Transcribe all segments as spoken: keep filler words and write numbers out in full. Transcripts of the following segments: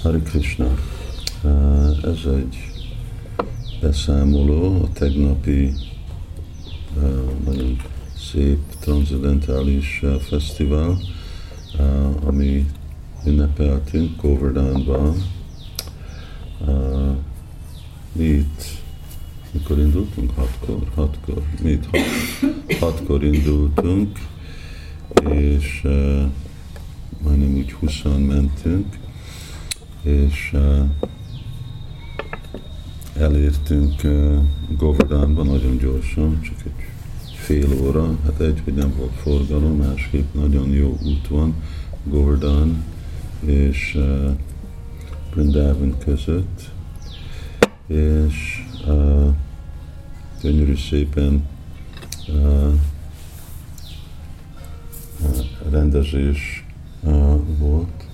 Hare Krishna. Ez egy beszámoló a tegnapi nagyon szép transzendentális fesztivál, ami ünnepeltünk Govardhanban. Mi itt, mikor indultunk? Hatkor? Hatkor. Mi itt hat, hatkor indultunk, és uh, majdnem úgy huszan mentünk, és uh, elértünk uh, Govardhanban nagyon gyorsan, csak egy fél óra, hát egy, hogy nem volt forgalom, másképp nagyon jó út van Govardhan és uh, Vrindavan között, és uh, gyönyörű szépen uh, uh, rendezés uh, volt,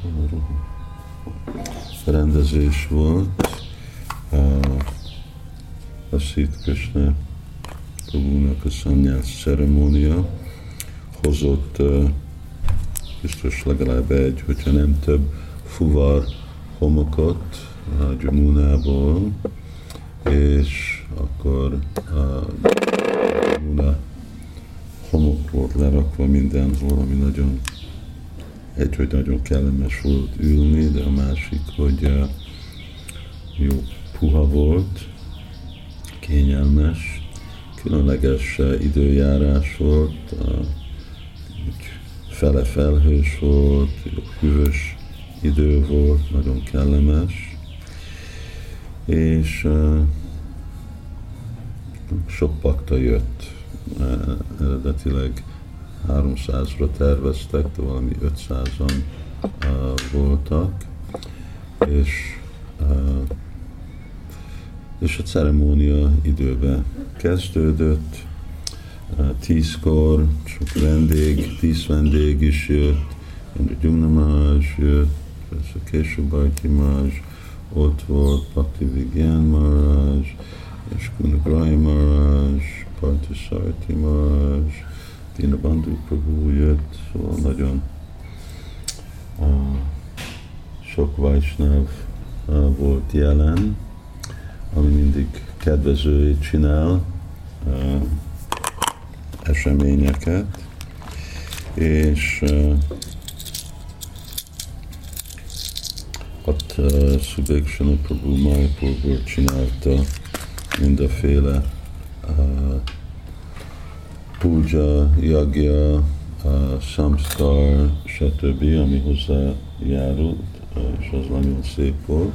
rendezés volt, uh, a Szit Krishna Prabhunak a szannyász ceremónia hozott uh, biztos legalább egy, hogyha nem több fuvar homokot a Jamunából, és akkor a Jamuna homok volt lerakva mindenhol, ami nagyon egy, hogy nagyon kellemes volt ülni, de a másik, hogy jó puha volt, kényelmes, különleges időjárás volt, fele felhős volt, jó hűvös idő volt, nagyon kellemes, és uh, sok pakta jött. Uh, eredetileg háromszázra terveztek, de valami ötszázan uh, voltak, és, uh, és a ceremónia időben kezdődött. Uh, tízkor sok vendég, tíz vendég is jött, Jumna Maharaj jött, persze Késava Bharati Maharaj, ott volt Bhakti Vigyan Maharaj, és Gunagraj Maharaj, Parthasarathi Maharaj, Dinabandhu Prabhu jött, szóval nagyon uh, sok Vaisnav uh, volt jelen, ami mindig kedvezővé csinál uh, eseményeket, és uh, ott uh, Subhekshana Prabhu Mayapurból csinálta mindenféle uh, puja, yagya, uh, samskar, stb., ami hozzá járult, uh, és az nagyon szép volt.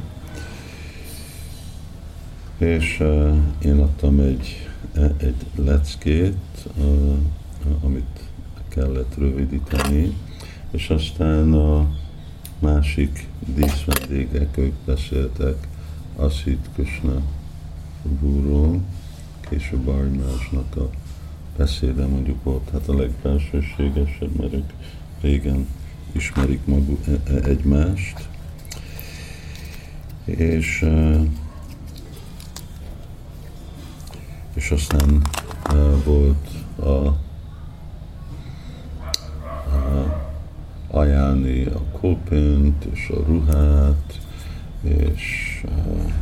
És uh, én adtam egy, egy leckét, uh, amit kellett rövidíteni, és aztán a másik díszvendégek, ők beszéltek a Szit Krishna Prabhuról, Késava Bharati Maharajnak a beszéde mondjuk volt, hát a legbelsőségesebb, mert ők régen ismerik maguk egymást, és és aztán volt a ajánlni a kópint, és a ruhát, és uh,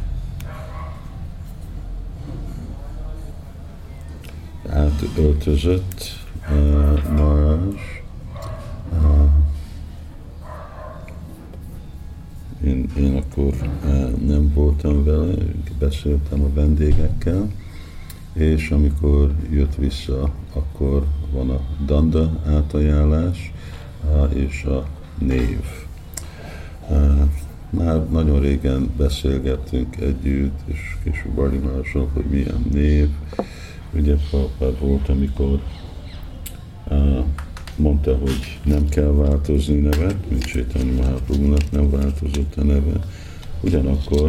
átöltözött uh, Maharaj. Uh, én, én akkor uh, nem voltam vele, beszéltem a vendégekkel, és amikor jött vissza, akkor van a danda átajánlás, és a név. Már nagyon régen beszélgettünk együtt, és Késava Bharati Maharajról, hogy milyen név. Ugye Prabhupád volt, amikor mondta, hogy nem kell változni nevet, mint Chaitanya Mahaprabhunak nem változott a neve. Ugyanakkor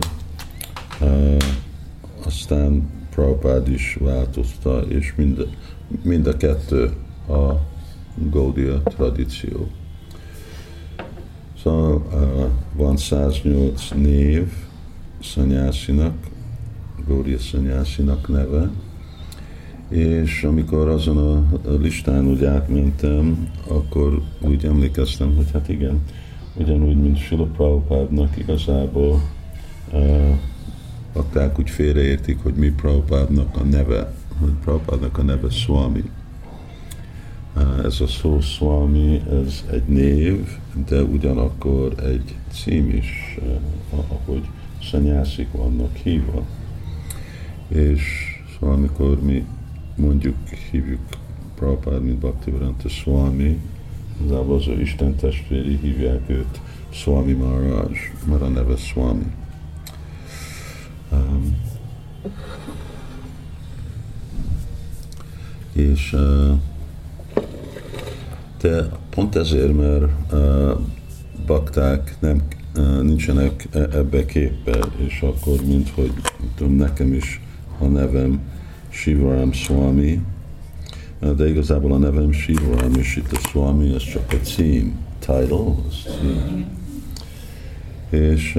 aztán Prabhupád is változta, és mind, mind a kettő a Gaudiya tradíció. Szóval uh, van száznyolc név szanyászinak, Gaudiya szanyászinak neve, és amikor azon a listán úgy átmentem, akkor úgy emlékeztem, hogy hát igen, ugyanúgy, mint Srila Prabhupádnak igazából uh, bakták úgy félreértik, hogy mi Prabhupádnak a neve, hogy Prabhupádnak a neve Swami. Uh, ez a szó Swami, ez egy név, de ugyanakkor egy cím is, uh, ahogy szanyászik vannak hívva. És szóval amikor mi mondjuk hívjuk Prabhupád, mint Bhaktivedanta Swami, igazából az ő Isten testvéri hívják őt Swami Maharaj, mert a neve Swami. Um, és uh, de pont ezért, mert uh, bakták nem, uh, nincsenek ebbe képbe, és akkor, mint hogy tudom, nekem is a nevem Shivaram Swami, de igazából a nevem Shivaram, és itt a Swami, ez csak a cím, title, az cím. És,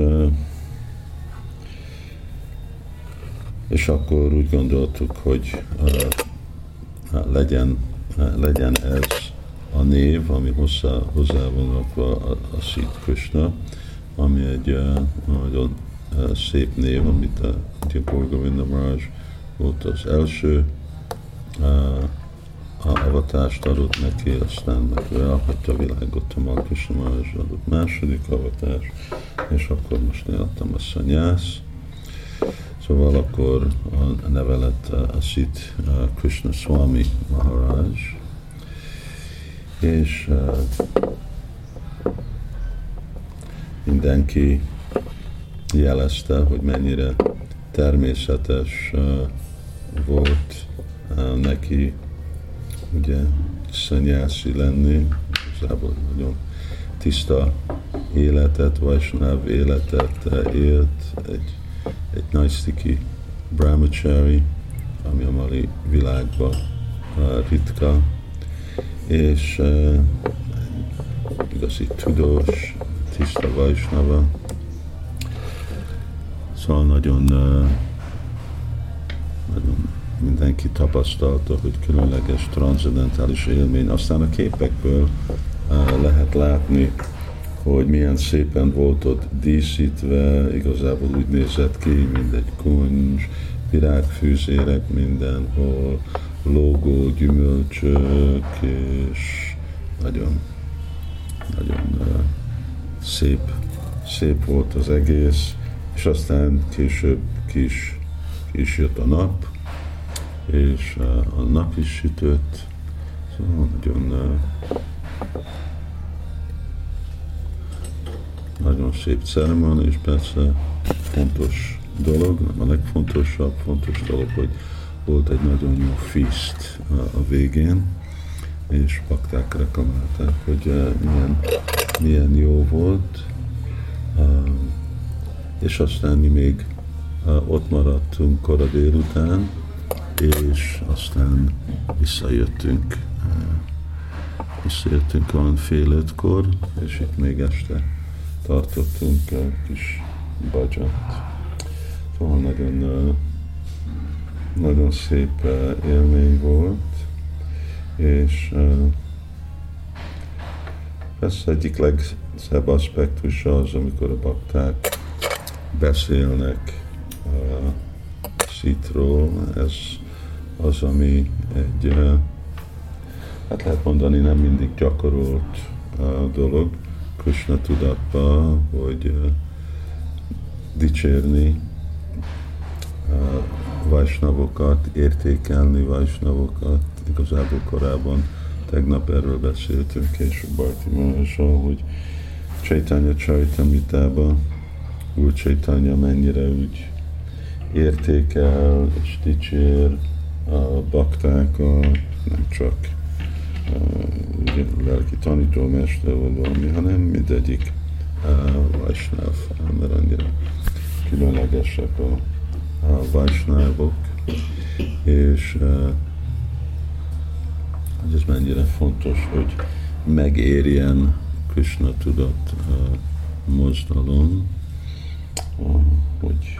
és akkor úgy gondoltuk, hogy legyen, legyen ez a név, ami hozzá, hozzá van rakva a, a Szit Krishna, ami egy nagyon szép név, amit a Gopal Govinda Maharaj volt az első a avatást adott neki, aztán meg ő elhagyta a világot, Tamal Krishna Maharaj adott második avatást, és akkor most én adtam a szanyász. Szóval akkor a neve lett a Szit Krishna Swami Maharaj, és uh, mindenki jelezte, hogy mennyire természetes uh, volt uh, neki ugye szanyászi lenni, igazából nagyon tiszta életet, Vaisnáv életet uh, élt, egy, egy Naistiki brahmachari, ami a mali világban uh, ritka, és uh, igazi tudós, tiszta Vaisnava. Szóval nagyon, uh, nagyon mindenki tapasztalta, hogy különleges, transzendentális élmény. Aztán a képekből uh, lehet látni, hogy milyen szépen volt ott díszítve, igazából úgy nézett ki, mint egy kuncs, virágfűzérek mindenhol, lógó, gyümölcsök, és nagyon, nagyon uh, szép, szép volt az egész, és aztán később kis, kis jött a nap, és uh, a nap is sütött, szóval nagyon, uh, nagyon szép ceremon, és persze fontos dolog, nem a legfontosabb, fontos dolog, hogy volt egy nagyon jó feast a végén, és bakták reklamálták, hogy milyen, milyen jó volt, és aztán mi még ott maradtunk kora délután, és aztán visszajöttünk, visszajöttünk olyan fél ötkor, és itt még este tartottunk kis bajat. Szóval nagyon nagyon szép uh, élmény volt, és uh, persze egyik legszebb aspektusa az, amikor a bakták beszélnek uh, Szitról, ez az, ami egy, uh, hát lehet mondani, nem mindig gyakorolt uh, dolog Krishna tudatba, hogy uh, dicsérni uh, Vaisnavokat, értékelni Vaisnavokat. Igazából korábban, tegnap erről beszéltünk, és Bharti Maharajsal, hogy Chaitanya Charitamritában Úr Chaitanya mennyire úgy értékel és dicsér a baktákat, nem csak uh, lelki tanítómester vagy valami, hanem mindegyik uh, Vaisnav, mert annyira különlegesek a a Vaisnavok, és uh, hogy ez mennyire fontos, hogy megérjen Krishna tudat uh, mozdalom, uh, hogy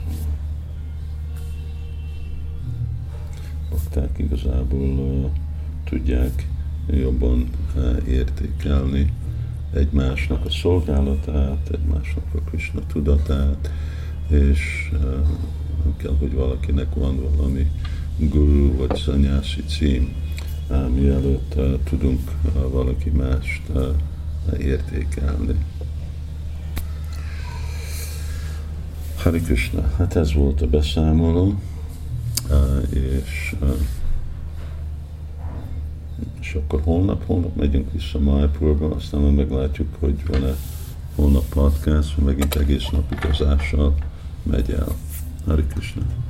bakták igazából uh, tudják jobban uh, értékelni egymásnak a szolgálatát, egymásnak a Krishna tudatát, és uh, nem kell, hogy valakinek van valami guru vagy szanyászi cím, uh, mielőtt uh, tudunk uh, valaki mást uh, értékelni. Hare Krishna, hát ez volt a beszámoló, uh, és, uh, és akkor holnap, holnap megyünk vissza Mayapurba, aztán meglátjuk, hogy van-e holnap podcast, megint egész nap utazással megy el. Hare Krishna.